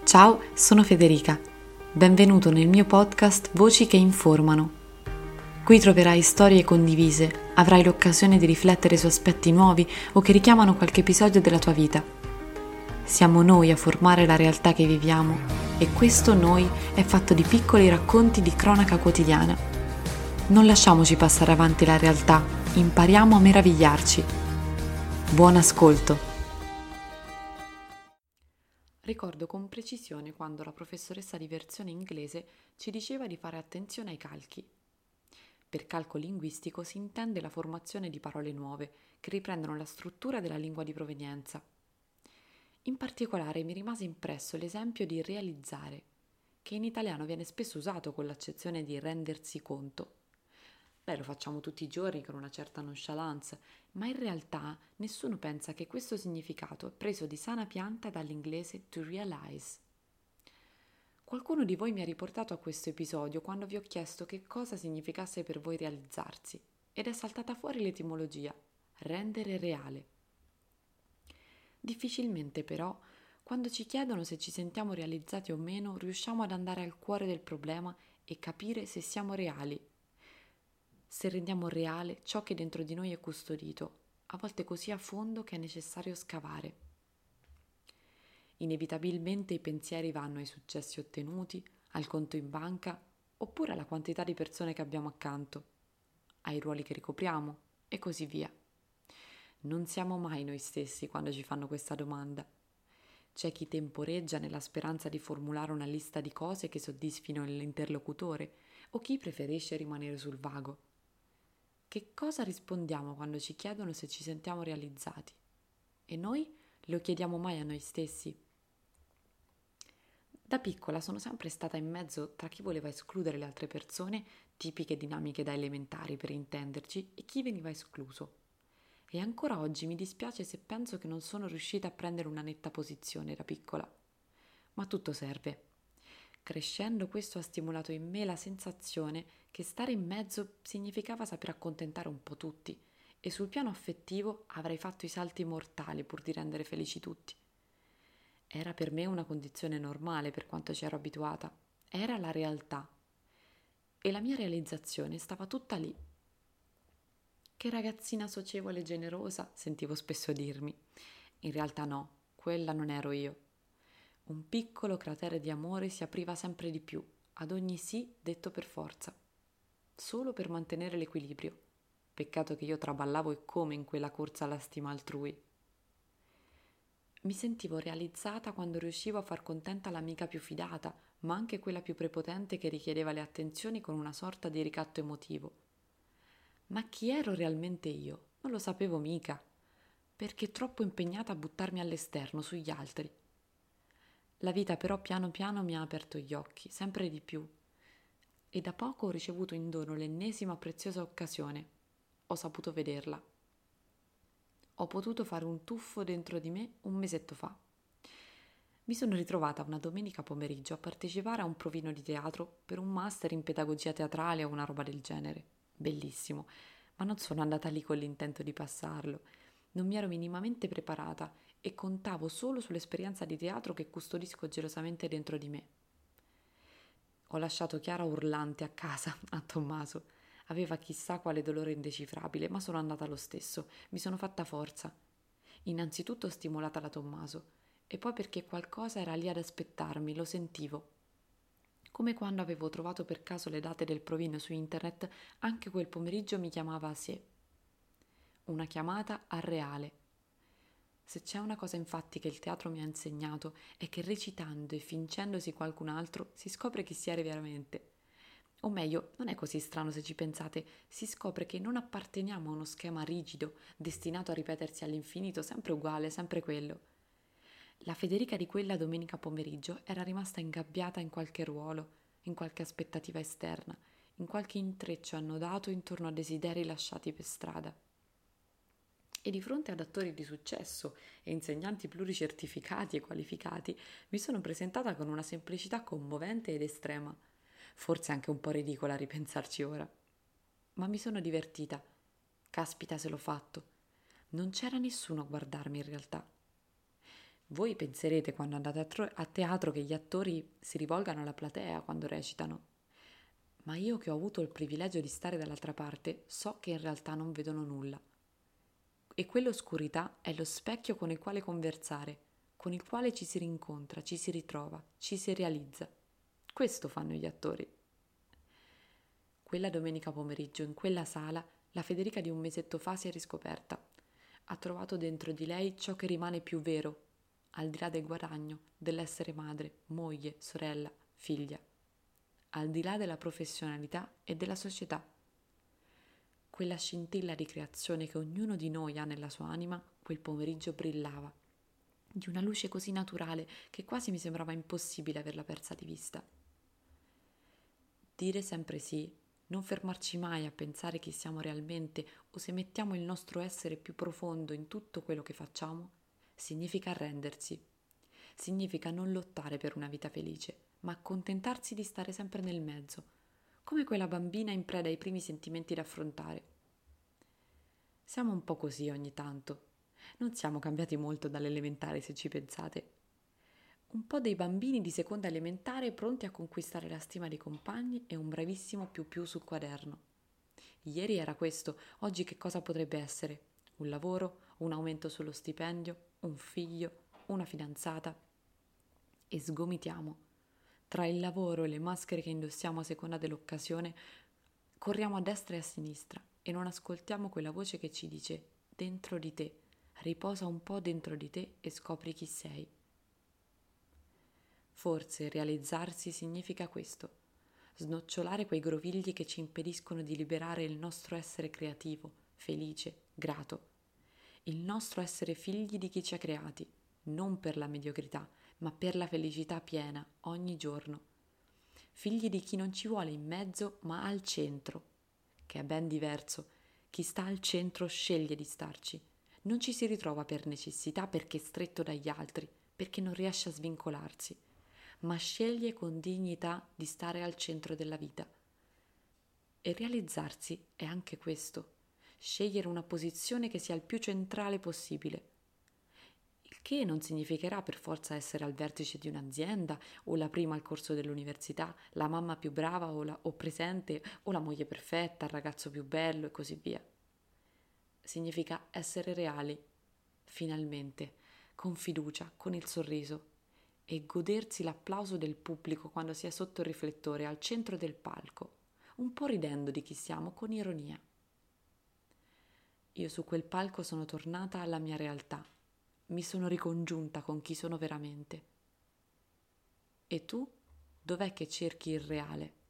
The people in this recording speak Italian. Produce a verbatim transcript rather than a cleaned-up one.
Ciao, sono Federica. Benvenuto nel mio podcast Voci che informano. Qui troverai storie condivise, avrai l'occasione di riflettere su aspetti nuovi o che richiamano qualche episodio della tua vita. Siamo noi a formare la realtà che viviamo e questo noi è fatto di piccoli racconti di cronaca quotidiana. Non lasciamoci passare avanti la realtà, impariamo a meravigliarci. Buon ascolto! Ricordo con precisione quando la professoressa di versione inglese ci diceva di fare attenzione ai calchi. Per calco linguistico si intende la formazione di parole nuove che riprendono la struttura della lingua di provenienza. In particolare mi rimase impresso l'esempio di realizzare, che in italiano viene spesso usato con l'accezione di rendersi conto. Beh, lo facciamo tutti i giorni con una certa nonchalance, ma in realtà nessuno pensa che questo significato è preso di sana pianta dall'inglese to realize. Qualcuno di voi mi ha riportato a questo episodio quando vi ho chiesto che cosa significasse per voi realizzarsi, ed è saltata fuori l'etimologia, rendere reale. Difficilmente però, quando ci chiedono se ci sentiamo realizzati o meno, riusciamo ad andare al cuore del problema e capire se siamo reali. Se rendiamo reale ciò che dentro di noi è custodito, a volte così a fondo che è necessario scavare. Inevitabilmente i pensieri vanno ai successi ottenuti, al conto in banca, oppure alla quantità di persone che abbiamo accanto, ai ruoli che ricopriamo e così via. Non siamo mai noi stessi quando ci fanno questa domanda. C'è chi temporeggia nella speranza di formulare una lista di cose che soddisfino l'interlocutore o chi preferisce rimanere sul vago. Che cosa rispondiamo quando ci chiedono se ci sentiamo realizzati? E noi lo chiediamo mai a noi stessi? Da piccola sono sempre stata in mezzo tra chi voleva escludere le altre persone, tipiche dinamiche da elementari per intenderci, e chi veniva escluso. E ancora oggi mi dispiace se penso che non sono riuscita a prendere una netta posizione da piccola. Ma tutto serve. Crescendo questo ha stimolato in me la sensazione che stare in mezzo significava saper accontentare un po' tutti e sul piano affettivo avrei fatto i salti mortali pur di rendere felici tutti. Era per me una condizione normale per quanto ci ero abituata, era la realtà e la mia realizzazione stava tutta lì. Che ragazzina socievole e generosa, sentivo spesso dirmi. In realtà no, quella non ero io. Un piccolo cratere di amore si apriva sempre di più, ad ogni sì detto per forza, solo per mantenere l'equilibrio. Peccato che io traballavo e come in quella corsa alla stima altrui. Mi sentivo realizzata quando riuscivo a far contenta l'amica più fidata, ma anche quella più prepotente che richiedeva le attenzioni con una sorta di ricatto emotivo. Ma chi ero realmente io? Non lo sapevo mica, perché troppo impegnata a buttarmi all'esterno, sugli altri. La vita però piano piano mi ha aperto gli occhi, sempre di più, e da poco ho ricevuto in dono l'ennesima preziosa occasione. Ho saputo vederla. Ho potuto fare un tuffo dentro di me un mesetto fa. Mi sono ritrovata una domenica pomeriggio a partecipare a un provino di teatro per un master in pedagogia teatrale o una roba del genere. Bellissimo, ma non sono andata lì con l'intento di passarlo. Non mi ero minimamente preparata e contavo solo sull'esperienza di teatro che custodisco gelosamente dentro di me. Ho lasciato Chiara urlante a casa, a Tommaso. Aveva chissà quale dolore indecifrabile, ma sono andata lo stesso. Mi sono fatta forza. Innanzitutto stimolata da Tommaso, e poi perché qualcosa era lì ad aspettarmi, lo sentivo. Come quando avevo trovato per caso le date del provino su internet, anche quel pomeriggio mi chiamava a sé. Una chiamata al reale. Se c'è una cosa infatti che il teatro mi ha insegnato è che recitando e fingendosi qualcun altro si scopre chi si è veramente. O meglio, non è così strano se ci pensate, si scopre che non apparteniamo a uno schema rigido, destinato a ripetersi all'infinito, sempre uguale, sempre quello. La Federica di quella domenica pomeriggio era rimasta ingabbiata in qualche ruolo, in qualche aspettativa esterna, in qualche intreccio annodato intorno a desideri lasciati per strada. E di fronte ad attori di successo e insegnanti pluricertificati e qualificati mi sono presentata con una semplicità commovente ed estrema, forse anche un po' ridicola a ripensarci ora. Ma mi sono divertita. Caspita se l'ho fatto. Non c'era nessuno a guardarmi in realtà. Voi penserete quando andate a, tro- a teatro che gli attori si rivolgano alla platea quando recitano, ma io che ho avuto il privilegio di stare dall'altra parte so che in realtà non vedono nulla. E quell'oscurità è lo specchio con il quale conversare, con il quale ci si rincontra, ci si ritrova, ci si realizza. Questo fanno gli attori. Quella domenica pomeriggio, in quella sala, la Federica di un mesetto fa si è riscoperta. Ha trovato dentro di lei ciò che rimane più vero, al di là del guadagno, dell'essere madre, moglie, sorella, figlia, al di là della professionalità e della società. Quella scintilla di creazione che ognuno di noi ha nella sua anima, quel pomeriggio brillava, di una luce così naturale che quasi mi sembrava impossibile averla persa di vista. Dire sempre sì, non fermarci mai a pensare chi siamo realmente o se mettiamo il nostro essere più profondo in tutto quello che facciamo, significa arrendersi. Significa non lottare per una vita felice, ma accontentarsi di stare sempre nel mezzo, come quella bambina in preda ai primi sentimenti da affrontare. Siamo un po' così ogni tanto. Non siamo cambiati molto dall'elementare, se ci pensate. Un po' dei bambini di seconda elementare pronti a conquistare la stima dei compagni e un bravissimo più più sul quaderno. Ieri era questo, oggi che cosa potrebbe essere? Un lavoro, un aumento sullo stipendio, un figlio, una fidanzata? E sgomitiamo. Tra il lavoro e le maschere che indossiamo a seconda dell'occasione, corriamo a destra e a sinistra e non ascoltiamo quella voce che ci dice: dentro di te, riposa un po' dentro di te e scopri chi sei. Forse realizzarsi significa questo: snocciolare quei grovigli che ci impediscono di liberare il nostro essere creativo, felice, grato, il nostro essere figli di chi ci ha creati, non per la mediocrità, ma per la felicità piena ogni giorno. Figli di chi non ci vuole in mezzo, ma al centro, che è ben diverso. Chi sta al centro sceglie di starci. Non ci si ritrova per necessità perché è stretto dagli altri, perché non riesce a svincolarsi, ma sceglie con dignità di stare al centro della vita. E realizzarsi è anche questo, scegliere una posizione che sia il più centrale possibile, il che non significherà per forza essere al vertice di un'azienda o la prima al corso dell'università, la mamma più brava o, la, o presente o la moglie perfetta, il ragazzo più bello e così via. Significa essere reali, finalmente, con fiducia, con il sorriso e godersi l'applauso del pubblico quando si è sotto il riflettore, al centro del palco, un po' ridendo di chi siamo, con ironia. Io su quel palco sono tornata alla mia realtà, mi sono ricongiunta con chi sono veramente. E tu? Dov'è che cerchi il reale?